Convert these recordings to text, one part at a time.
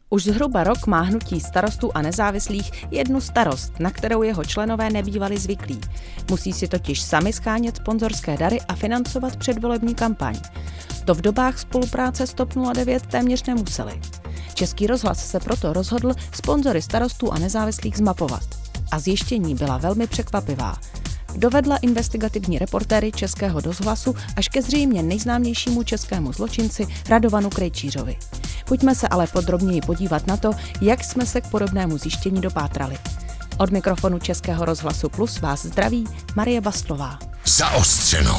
Už zhruba rok má hnutí Starostů a nezávislých jednu starost, na kterou jeho členové nebývali zvyklí. Musí si totiž sami shánět sponzorské dary a financovat předvolební kampaň. To v dobách spolupráce s TOP 09 téměř nemuseli. Český rozhlas se proto rozhodl sponzory Starostů a nezávislých zmapovat. A zjištění byla velmi překvapivá. Dovedla investigativní reportéry Českého rozhlasu až ke zřejmě nejznámějšímu českému zločinci Radovanu Krejčířovi. Pojďme se ale podrobněji podívat na to, jak jsme se k podobnému zjištění dopátrali. Od mikrofonu Českého rozhlasu Plus vás zdraví Marie Bastlová. Zaostřeno.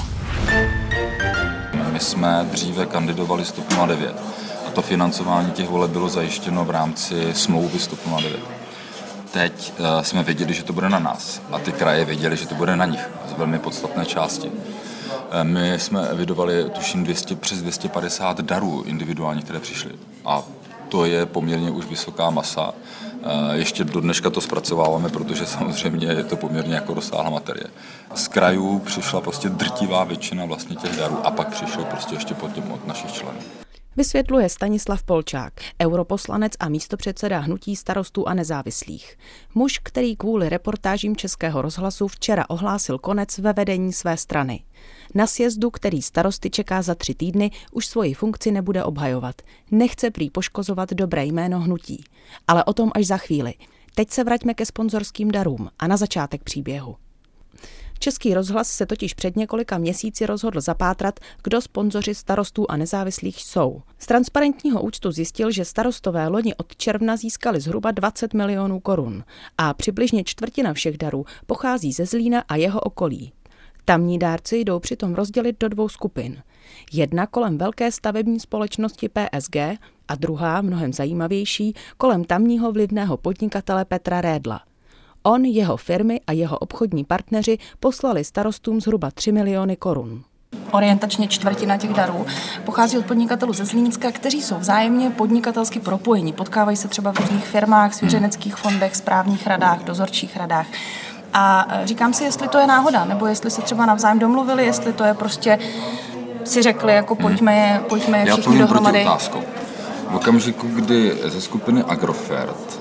My jsme dříve kandidovali z TOP 09 a to financování těch voleb bylo zajištěno v rámci smlouvy z TOP 09. Teď jsme věděli, že to bude na nás a ty kraje věděli, že to bude na nich z velmi podstatné části. My jsme evidovali, tuším, přes 250 darů individuálních, které přišly. A to je poměrně už vysoká masa. Ještě do dneška to zpracováváme, protože samozřejmě je to poměrně jako rozsáhlá materie. Z krajů přišla prostě drtivá většina vlastně těch darů a pak přišlo prostě ještě potom od našich členů. Vysvětluje Stanislav Polčák, europoslanec a místopředseda hnutí Starostů a nezávislých. Muž, který kvůli reportážím Českého rozhlasu včera ohlásil konec ve vedení své strany. Na sjezdu, který Starosty čeká za 3 týdny, už svoji funkci nebude obhajovat. Nechce prý poškozovat dobré jméno hnutí. Ale o tom až za chvíli. Teď se vraťme ke sponzorským darům a na začátek příběhu. Český rozhlas se totiž před několika měsíci rozhodl zapátrat, kdo sponzoři Starostů a nezávislých jsou. Z transparentního účtu zjistil, že starostové loni od června získali zhruba 20 milionů korun a přibližně čtvrtina všech darů pochází ze Zlína a jeho okolí. Tamní dárci jdou přitom rozdělit do 2 skupin. Jedna kolem velké stavební společnosti PSG a druhá, mnohem zajímavější, kolem tamního vlivného podnikatele Petra Redla. On, jeho firmy a jeho obchodní partneři poslali starostům zhruba 3 miliony korun. Orientačně čtvrtina těch darů pochází od podnikatelů ze Zlínska, kteří jsou vzájemně podnikatelsky propojeni. Potkávají se třeba v různých firmách, svěřeneckých fondech, správních radách, dozorčích radách. A říkám si, jestli to je náhoda, nebo jestli se třeba navzájem domluvili, jestli to je prostě si řekli, jako pojďme je všichni dohromady. Já otázkou. V okamžiku, kdy ze skupiny Agrofert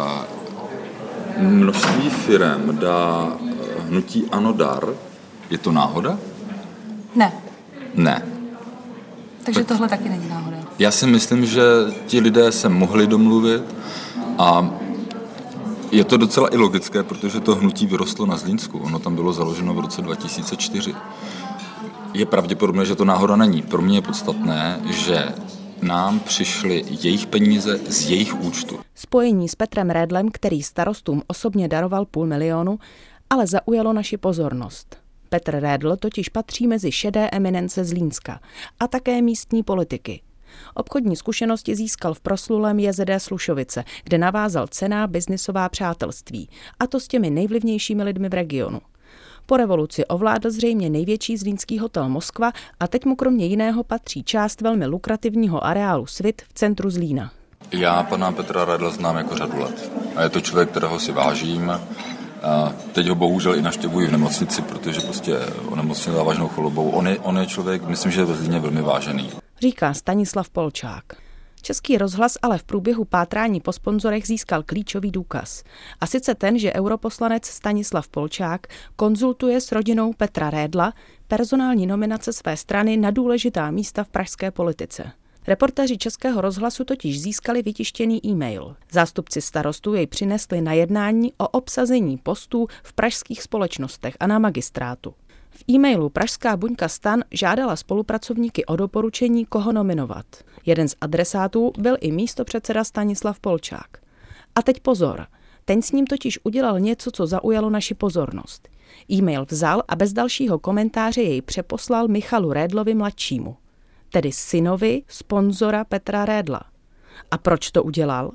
množství firem dá hnutí ANO dar, je to náhoda? Ne. Takže tohle taky není náhoda. Já si myslím, že ti lidé se mohli domluvit a je to docela i logické, protože to hnutí vyrostlo na Zlínsku. Ono tam bylo založeno v roce 2004. Je pravděpodobné, že to náhoda není. Pro mě je podstatné, že nám přišly jejich peníze z jejich účtu. Spojení s Petrem Redlem, který starostům osobně daroval 500 000, ale zaujalo naši pozornost. Petr Redl totiž patří mezi šedé eminence Zlínska a také místní politiky. Obchodní zkušenosti získal v proslulém JZD Slušovice, kde navázal cenná biznisová přátelství, a to s těmi nejvlivnějšími lidmi v regionu. Po revoluci ovládl zřejmě největší zlínský hotel Moskva a teď mu kromě jiného patří část velmi lukrativního areálu Svit v centru Zlína. Já pana Petra Redla znám jako řadu let. A je to člověk, kterého si vážím. A teď ho bohužel i navštěvuji v nemocnici, protože prostě onemocněl závažnou chorobou. On je člověk, myslím, že je ve Zlíně velmi vážený. Říká Stanislav Polčák. Český rozhlas ale v průběhu pátrání po sponzorech získal klíčový důkaz. A sice ten, že europoslanec Stanislav Polčák konzultuje s rodinou Petra Redla personální nominace své strany na důležitá místa v pražské politice. Reportéři Českého rozhlasu totiž získali vytištěný e-mail. Zástupci starostů jej přinesli na jednání o obsazení postů v pražských společnostech a na magistrátu. V e-mailu pražská buňka STAN žádala spolupracovníky o doporučení, koho nominovat. Jeden z adresátů byl i místopředseda Stanislav Polčák. A teď pozor, ten s ním totiž udělal něco, co zaujalo naši pozornost. E-mail vzal a bez dalšího komentáře jej přeposlal Michalu Redlovi mladšímu, tedy synovi sponzora Petra Redla. A proč to udělal?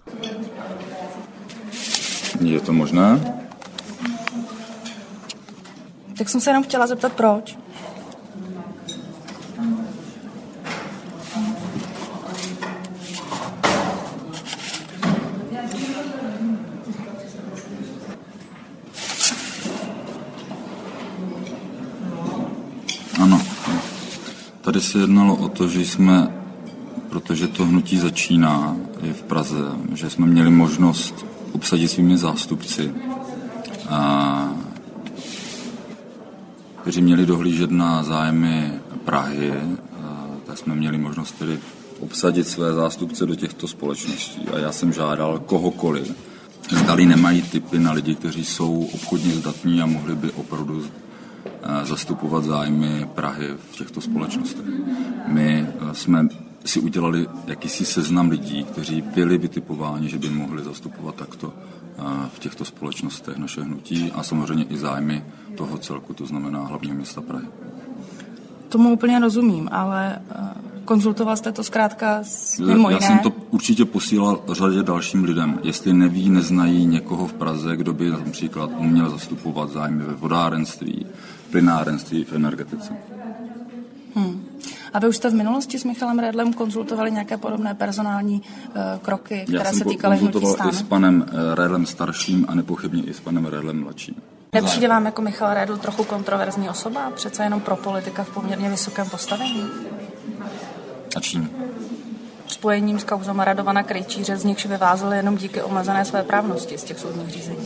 Je to možné? Tak jsem se jenom chtěla zeptat, proč. Ano. Tady se jednalo o to, že jsme pro protože to hnutí začíná i v Praze, že jsme měli možnost obsadit svými zástupci, kteří měli dohlížet na zájmy Prahy, tak jsme měli možnost tedy obsadit své zástupce do těchto společností. A já jsem žádal kohokoliv, zdali nemají tipy na lidi, kteří jsou obchodně zdatní a mohli by opravdu zastupovat zájmy Prahy v těchto společnostech. My jsme si udělali jakýsi seznam lidí, kteří byli vytipováni, že by mohli zastupovat takto v těchto společnostech naše hnutí a samozřejmě i zájmy toho celku, to znamená hlavního města Prahy. Tomu úplně rozumím, ale konzultoval jste to zkrátka mimo jiné? Já jsem to určitě posílal řadě dalším lidem. Jestli neznají někoho v Praze, kdo by například uměl zastupovat zájmy ve vodárenství, plynárenství, v energetice. A vy už jste v minulosti s Michalem Redlem konzultovali nějaké podobné personální kroky, které se týkaly hnutí STAN? Já jsem konzultoval i s panem Redlem starším a nepochybně i s panem Redlem mladším. Nepřijde vám jako Michal Redl trochu kontroverzní osoba? Přece jenom pro politika v poměrně vysokém postavení? A čím? Spojením s kauzou Radovana Krejčíře, z nichž vyvázl jenom díky omezené svéprávnosti z těch soudních řízení.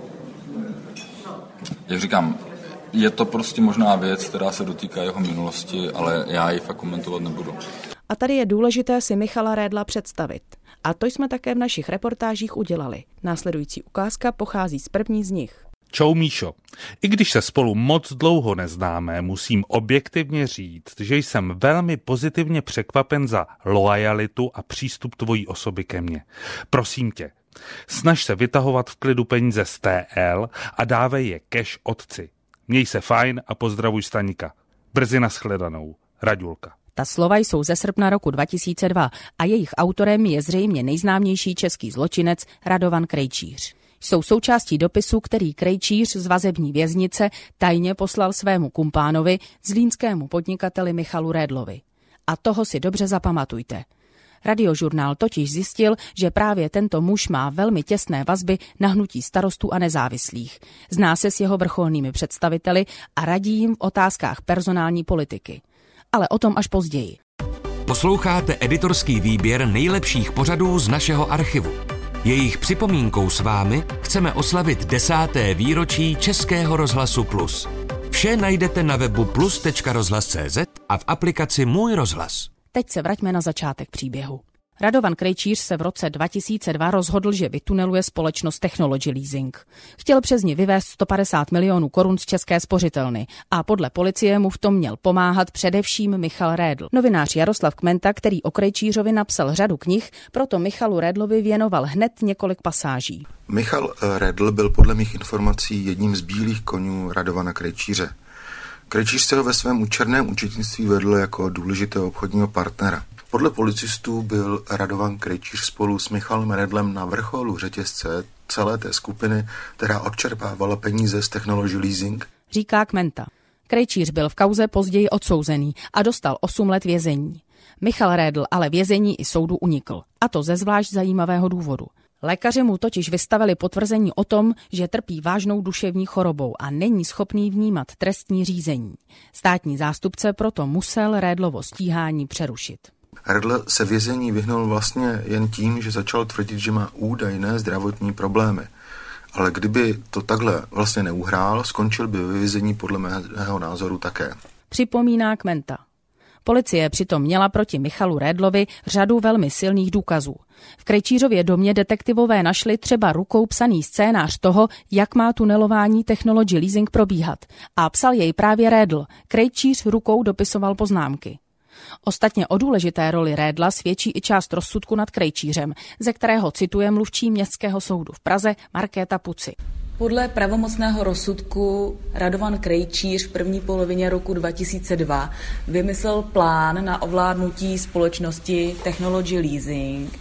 Jak říkám, je to prostě možná věc, která se dotýká jeho minulosti, ale já ji fakt komentovat nebudu. A tady je důležité si Michala Redla představit. A to jsme také v našich reportážích udělali. Následující ukázka pochází z první z nich. Čau Míšo, i když se spolu moc dlouho neznáme, musím objektivně říct, že jsem velmi pozitivně překvapen za loajalitu a přístup tvojí osoby ke mně. Prosím tě, snaž se vytahovat v klidu peníze z TL a dávej je cash otci. Měj se fajn a pozdravuj Staňka. Brzy nashledanou. Radulka. Ta slova jsou ze srpna roku 2002 a jejich autorem je zřejmě nejznámější český zločinec Radovan Krejčíř. Jsou součástí dopisu, který Krejčíř z vazební věznice tajně poslal svému kumpánovi, zlínskému podnikateli Michalu Redlovi. A toho si dobře zapamatujte. Radiožurnál totiž zjistil, že právě tento muž má velmi těsné vazby na hnutí Starostů a nezávislých. Zná se s jeho vrcholnými představiteli a radí jim v otázkách personální politiky. Ale o tom až později. Posloucháte editorský výběr nejlepších pořadů z našeho archivu. Jejich připomínkou s vámi chceme oslavit 10. výročí Českého rozhlasu Plus. Vše najdete na webu plus.rozhlas.cz a v aplikaci Můj rozhlas. Teď se vraťme na začátek příběhu. Radovan Krejčíř se v roce 2002 rozhodl, že vytuneluje společnost Technology Leasing. Chtěl přes ní vyvést 150 milionů korun z České spořitelny a podle policie mu v tom měl pomáhat především Michal Redl. Novinář Jaroslav Kmenta, který o Krejčířovi napsal řadu knih, proto Michalu Redlovi věnoval hned několik pasáží. Michal Redl byl podle mých informací jedním z bílých konňů Radovana Krejčíře. Krejčíř se ho ve svém černém účetnictví vedl jako důležitého obchodního partnera. Podle policistů byl Radovan Krejčíř spolu s Michalem Redlem na vrcholu řetězce celé té skupiny, která odčerpávala peníze z Technology Leasing, říká Kmenta. Krejčíř byl v kauze později odsouzený a dostal 8 let vězení. Michal Redl ale vězení i soudu unikl. A to ze zvlášť zajímavého důvodu. Lékaři mu totiž vystavili potvrzení o tom, že trpí vážnou duševní chorobou a není schopný vnímat trestní řízení. Státní zástupce proto musel Redlovo stíhání přerušit. Redl se vězení vyhnul vlastně jen tím, že začal tvrdit, že má údajné zdravotní problémy. Ale kdyby to takhle vlastně neuhrál, skončil by ve vězení podle mého názoru také. Připomíná Kmenta. Policie přitom měla proti Michalu Redlovi řadu velmi silných důkazů. V Krejčířově domě detektivové našli třeba rukou psaný scénář toho, jak má tunelování Technology Leasing probíhat. A psal jej právě Redl. Krejčíř rukou dopisoval poznámky. Ostatně o důležité roli Redla svědčí i část rozsudku nad Krejčířem, ze kterého cituje mluvčí Městského soudu v Praze Markéta Puci. Podle pravomocného rozsudku Radovan Krejčíř v první polovině roku 2002 vymyslel plán na ovládnutí společnosti Technology Leasing.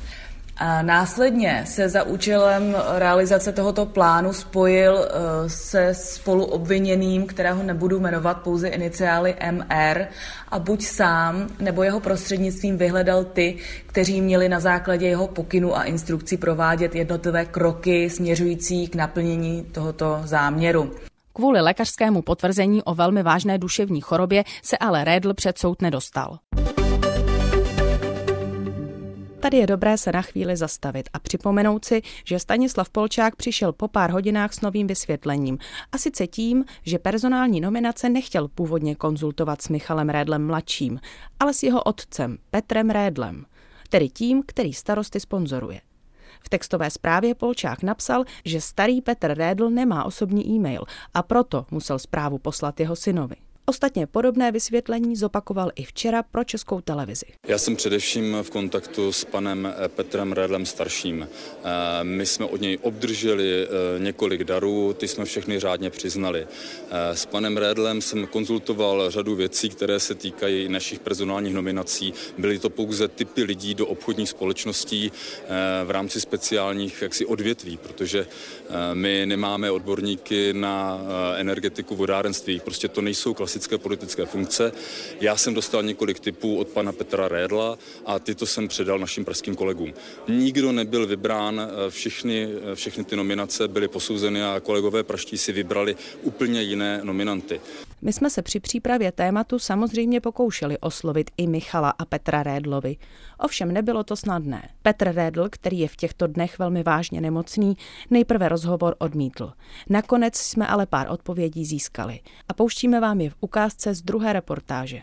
A následně se za účelem realizace tohoto plánu spojil se spoluobviněným, kterého nebudu jmenovat, pouze iniciály MR, a buď sám nebo jeho prostřednictvím vyhledal ty, kteří měli na základě jeho pokynu a instrukcí provádět jednotlivé kroky směřující k naplnění tohoto záměru. Kvůli lékařskému potvrzení o velmi vážné duševní chorobě se ale Redl před soud nedostal. Tady je dobré se na chvíli zastavit a připomenout si, že Stanislav Polčák přišel po pár hodinách s novým vysvětlením. A sice tím, že personální nominace nechtěl původně konzultovat s Michalem Redlem mladším, ale s jeho otcem Petrem Redlem, tedy tím, který starosty sponzoruje. V textové zprávě Polčák napsal, že starý Petr Redl nemá osobní e-mail a proto musel zprávu poslat jeho synovi. Ostatně podobné vysvětlení zopakoval i včera pro Českou televizi. Já jsem především v kontaktu s panem Petrem Redlem starším. My jsme od něj obdrželi několik darů, ty jsme všechny řádně přiznali. S panem Redlem jsem konzultoval řadu věcí, které se týkají našich personálních nominací. Byly to pouze typy lidí do obchodních společností v rámci speciálních odvětví, protože my nemáme odborníky na energetiku, vodárenství. Prostě to nejsou klasické politické funkce. Já jsem dostal několik tipů od pana Petra Redla a tyto jsem předal našim pražským kolegům. Nikdo nebyl vybrán, všechny ty nominace byly posouzeny a kolegové praští si vybrali úplně jiné nominanty. My jsme se při přípravě tématu samozřejmě pokoušeli oslovit i Michala a Petra Redlovi. Ovšem nebylo to snadné. Petr Redl, který je v těchto dnech velmi vážně nemocný, nejprve rozhovor odmítl. Nakonec jsme ale pár odpovědí získali. A pouštíme vám je v ukázce z druhé reportáže.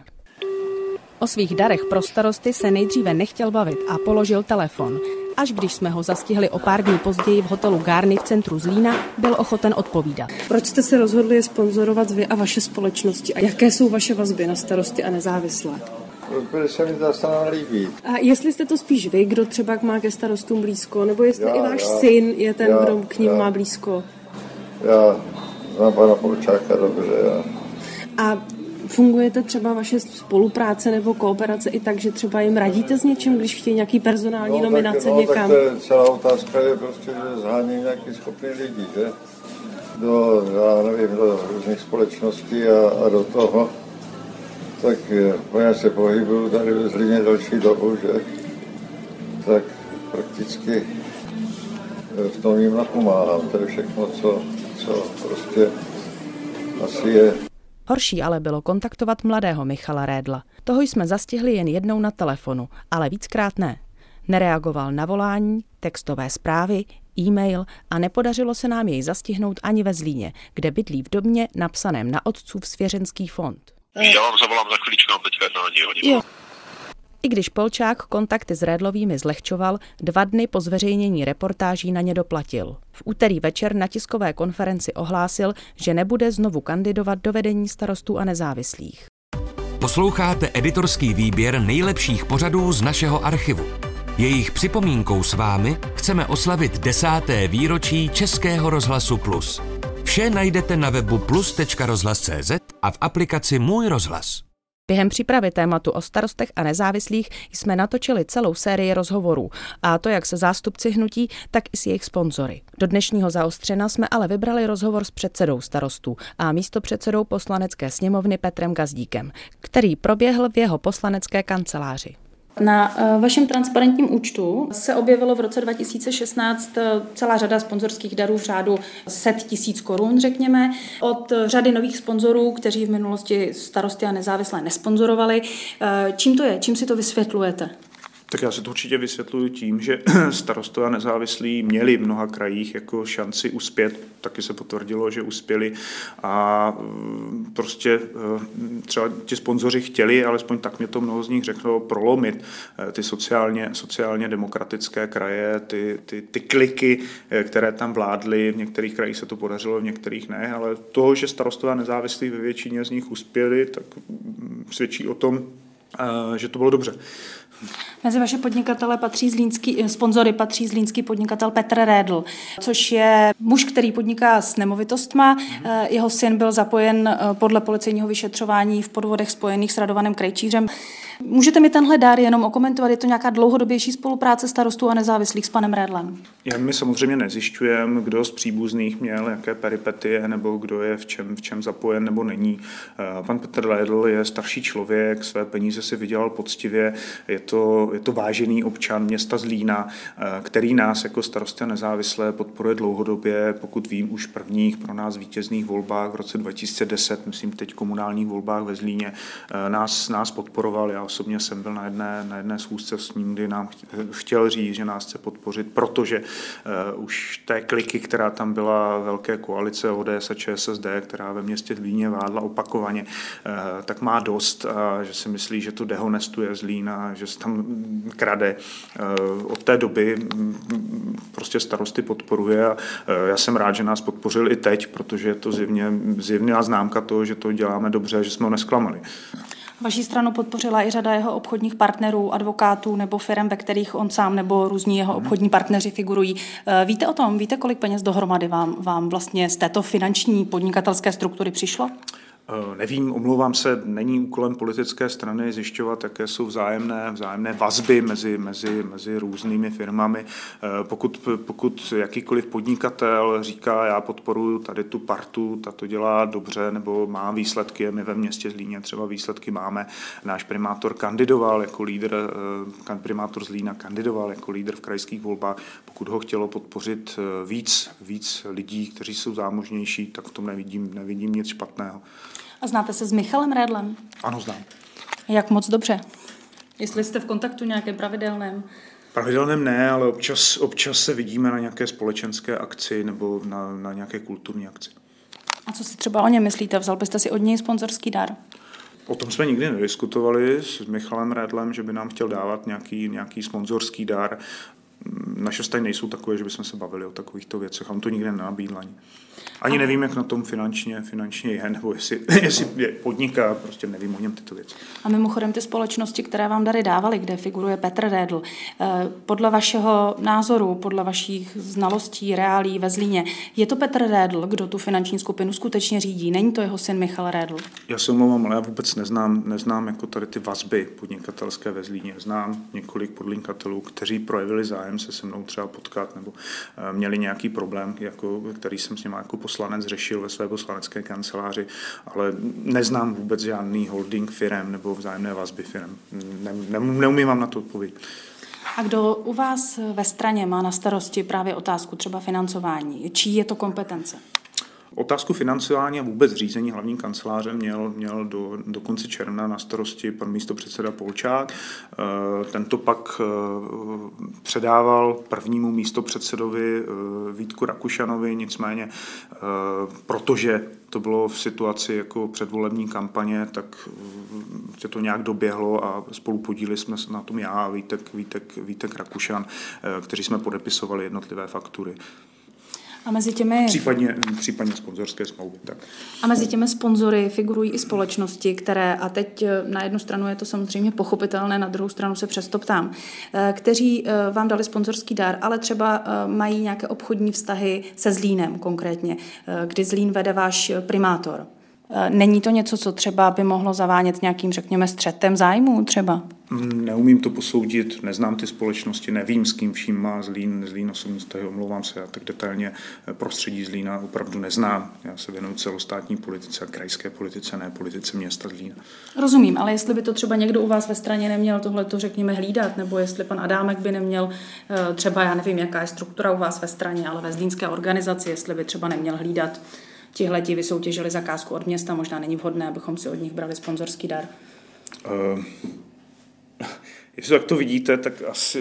O svých darech pro starosty se nejdříve nechtěl bavit a položil telefon. Až když jsme ho zastihli o pár dní později v hotelu Garny v centru Zlína, byl ochoten odpovídat. Proč jste se rozhodli je sponzorovat vy a vaše společnosti? A jaké jsou vaše vazby na starosty a nezávislé? Protože se mi ta strana líbí. A jestli jste to spíš vy, kdo třeba má ke starostům blízko, nebo jestli i váš syn je ten, kdo k ním má blízko? Já znám pana Polčáka dobře. A fungujete třeba vaše spolupráce nebo kooperace i tak, že třeba jim radíte s něčím, když chtějí nějaký personální nominace někam? Tak to je celá otázka je prostě, že zháním nějaký schopný lidí, že? Do různých společností a do toho. Tak já se pohybuju tady ve Zlíně další dobu, že? Tak prakticky v tom jim napomáhám. To je všechno, co prostě asi je. Horší ale bylo kontaktovat mladého Michala Redla. Toho jsme zastihli jen jednou na telefonu, ale víckrát ne. Nereagoval na volání, textové zprávy, e-mail a nepodařilo se nám jej zastihnout ani ve Zlíně, kde bydlí v domě napsaném na otcův svěřenský fond. Já vám zavolám za chvíličku, mám teďka jednání. I když Polčák kontakty s Redlovými zlehčoval, 2 dny po zveřejnění reportáží na ně doplatil. V úterý večer na tiskové konferenci ohlásil, že nebude znovu kandidovat do vedení Starostů a nezávislých. Posloucháte editorský výběr nejlepších pořadů z našeho archivu. Jejich připomínkou s vámi chceme oslavit 10. výročí Českého rozhlasu Plus. Vše najdete na webu plus.rozhlas.cz a v aplikaci Můj rozhlas. Během přípravy tématu o starostech a nezávislých jsme natočili celou sérii rozhovorů, a to jak se zástupci hnutí, tak i s jejich sponzory. Do dnešního Zaostřena jsme ale vybrali rozhovor s předsedou starostů a místopředsedou poslanecké sněmovny Petrem Gazdíkem, který proběhl v jeho poslanecké kanceláři. Na vašem transparentním účtu se objevilo v roce 2016 celá řada sponzorských darů v řádu 100 000 korun, řekněme, od řady nových sponzorů, kteří v minulosti starosty a nezávislé nesponzorovali. Čím to je? Čím si to vysvětlujete? Tak já si to určitě vysvětluji tím, že starostové a nezávislí měli v mnoha krajích jako šanci uspět, taky se potvrdilo, že uspěli a prostě třeba ti sponzoři chtěli, alespoň tak mě to mnoho z nich řeklo, prolomit ty sociálně demokratické kraje, ty kliky, které tam vládly, v některých krajích se to podařilo, v některých ne, ale toho, že starostové a nezávislí ve většině z nich uspěli, tak svědčí o tom, že to bylo dobře. Mezi vaše sponzory patří zlínský podnikatel Petr Redl, což je muž, který podniká s nemovitostma. Jeho syn byl zapojen podle policejního vyšetřování v podvodech spojených s Radovanem Krejčířem. Můžete mi tenhle dár jenom okomentovat? Je to nějaká dlouhodobější spolupráce starostů a nezávislých s panem Redlem? My samozřejmě nezjišťujeme, kdo z příbuzných měl jaké peripetie nebo kdo je v čem zapojen nebo není. Pan Petr Redl je starší člověk, své peníze si vydělal poctivě, je to vážený občan města Zlína, který nás jako Starosty a nezávislé podporuje dlouhodobě, pokud vím, už v prvních pro nás vítězných volbách v roce 2010, myslím teď komunálních volbách ve Zlíně, nás podporoval. Já osobně jsem byl na jedné schůzce s ním, kdy nám chtěl říct, že nás chce podpořit, protože už té kliky, která tam byla, velké koalice ODS a ČSSD, která ve městě Zlíně vládla opakovaně, tak má dost a že si myslí, že to dehonestuje Zlín a že se tam krade. Od té doby prostě Starosty podporuje a já jsem rád, že nás podpořil i teď, protože je to zjevná známka toho, že to děláme dobře a že jsme ho nesklamali. Vaší stranu podpořila i řada jeho obchodních partnerů, advokátů nebo firem, ve kterých on sám nebo různí jeho obchodní partneři figurují. Víte o tom? Víte, kolik peněz dohromady vám vlastně z této finanční podnikatelské struktury přišlo? Nevím, omlouvám se, není úkolem politické strany zjišťovat, jaké jsou vzájemné vazby mezi různými firmami. Pokud jakýkoliv podnikatel říká, já podporuji tady tu partu, ta to dělá dobře nebo má výsledky, my ve městě Zlíně třeba výsledky máme. Náš primátor kandidoval jako lídr, primátor Zlína kandidoval jako lídr v krajských volbách. Pokud ho chtělo podpořit víc lidí, kteří jsou zámožnější, tak v tom nevidím nic špatného. A znáte se s Michalem Redlem? Ano, znám. Jak moc dobře? Jestli jste v kontaktu nějakém pravidelném? Pravidelném ne, ale občas se vidíme na nějaké společenské akci nebo na nějaké kulturní akci. A co si třeba o něm myslíte? Vzal byste si od něj sponzorský dar? O tom jsme nikdy nediskutovali s Michalem Redlem, že by nám chtěl dávat nějaký sponzorský dar. Naše vztahy nejsou takové, že bychom se bavili o takovýchto věcech. On to nikdy nenabídl ani nevím, jak na tom finančně je, nebo jestli podniká, prostě nevím o něm tyto věci. A mimochodem ty společnosti, které vám dary dávaly, kde figuruje Petr Redl, podle vašeho názoru, podle vašich znalostí, reálí ve Zlíně, je to Petr Redl, kdo tu finanční skupinu skutečně řídí? Není to jeho syn Michal Redl? Já se omlouvám, ale já vůbec neznám jako tady ty vazby podnikatelské ve Zlíně. Znám několik podnikatelů, kteří projevili zájem se mnou třeba potkat nebo měli nějaký problém, který jsem s nimi jako poslanec řešil ve své poslanecké kanceláři, ale neznám vůbec žádný holding firem nebo vzájemné vazby firem. Neumím vám na to odpovědět. A kdo u vás ve straně má na starosti právě otázku třeba financování? Čí je to kompetence? Otázku financování a vůbec řízení hlavní kanceláře měl do konce června na starosti pan místopředseda Polčák. Tento pak předával prvnímu místopředsedovi Vítku Rakušanovi, nicméně protože to bylo v situaci jako předvolební kampaně, tak se to nějak doběhlo a spolupodíleli jsme na tom já a Vítek Rakušan, kteří jsme podepisovali jednotlivé faktury. A mezi těmi... Případně sponzorské smlouvy. Tak. A mezi těmi sponzory figurují i společnosti, které, a teď na jednu stranu je to samozřejmě pochopitelné, na druhou stranu se přesto ptám, kteří vám dali sponzorský dar, ale třeba mají nějaké obchodní vztahy se Zlínem konkrétně, kdy Zlín vede váš primátor. Není to něco, co třeba by mohlo zavánět nějakým, řekněme, střetem zájmů třeba? Neumím to posoudit, neznám ty společnosti, nevím, s kým vším má Zlín osobní vztahy, omlouvám se, já tak detailně prostředí Zlína opravdu neznám. Já se věnuju celostátní politice a krajské politice, ne politice města Zlína. Rozumím, ale jestli by to třeba někdo u vás ve straně neměl tohleto, řekněme, hlídat, nebo jestli pan Adámek by neměl třeba, já nevím, jaká je struktura u vás ve straně, ale ve zlínské organizaci, jestli by třeba neměl hlídat, tihleti vysoutěžili zakázku od města, možná není vhodné, abychom si od nich brali sponzorský dar. Jestli tak to vidíte, tak asi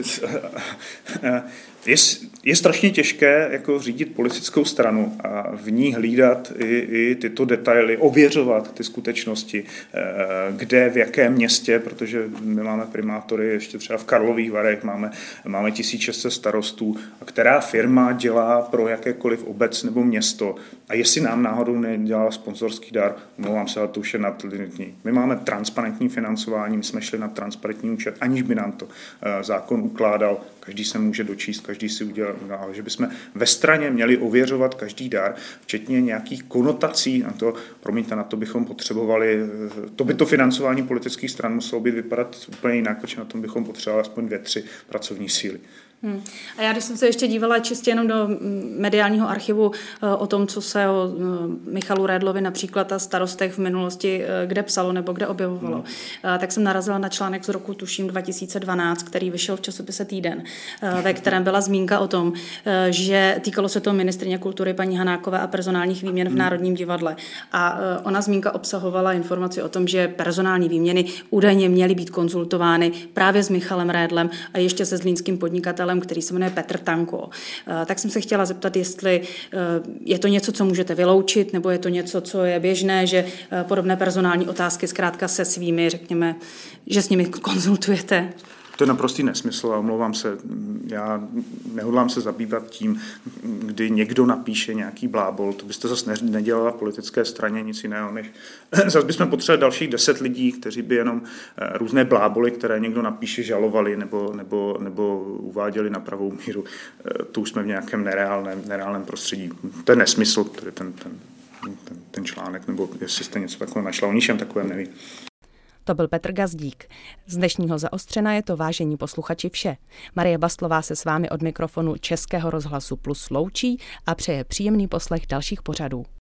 je strašně těžké jako řídit politickou stranu a v ní hlídat i tyto detaily, ověřovat ty skutečnosti, kde, v jakém městě, protože my máme primátory ještě třeba v Karlových Varech, máme 1600 starostů, a která firma dělá pro jakékoliv obec nebo město a jestli nám náhodou nedělá sponzorský dar, omlouvám se, ale to už je nadlimitní. My máme transparentní financování, my jsme šli na transparentní účet, aniž by nám to zákon ukládal, každý se může dočíst, každý si udělá, ale že bychom ve straně měli ověřovat každý dar, včetně nějakých konotací, na to bychom potřebovali, to financování politických stran muselo být vypadat úplně jinak, protože na tom bychom potřebovali aspoň 2-3 pracovní síly. A já, když jsem se ještě dívala čistě jenom do mediálního archivu o tom, co se o Michalu Redlovi například a starostech v minulosti kde psalo nebo kde objevovalo, tak jsem narazila na článek z roku, tuším, 2012, který vyšel v časopise Týden, ve kterém byla zmínka o tom, že týkalo se to ministryně kultury paní Hanákové a personálních výměn v Národním divadle. A ona zmínka obsahovala informaci o tom, že personální výměny údajně měly být konzultovány právě s Michalem Redlem a ještě se zlínským podnikatelem, který se jmenuje Petr Tanko. Tak jsem se chtěla zeptat, jestli je to něco, co můžete vyloučit, nebo je to něco, co je běžné, že podobné personální otázky zkrátka se svými, řekněme, že s nimi konzultujete. To je naprostý nesmysl a omlouvám se, já nehodlám se zabývat tím, kdy někdo napíše nějaký blábol, to byste zase nedělala v politické straně nic jiného, než zase bychom potřebovali dalších 10 lidí, kteří by jenom různé bláboly, které někdo napíše, žalovali nebo uváděli na pravou míru. Tu už jsme v nějakém nereálném prostředí. To je nesmysl, který ten článek, nebo jestli jste něco takového našla, o ničem takovém nevím. To byl Petr Gazdík. Z dnešního Zaostřena je to, vážení posluchači, vše. Marie Bastlová se s vámi od mikrofonu Českého rozhlasu Plus loučí a přeje příjemný poslech dalších pořadů.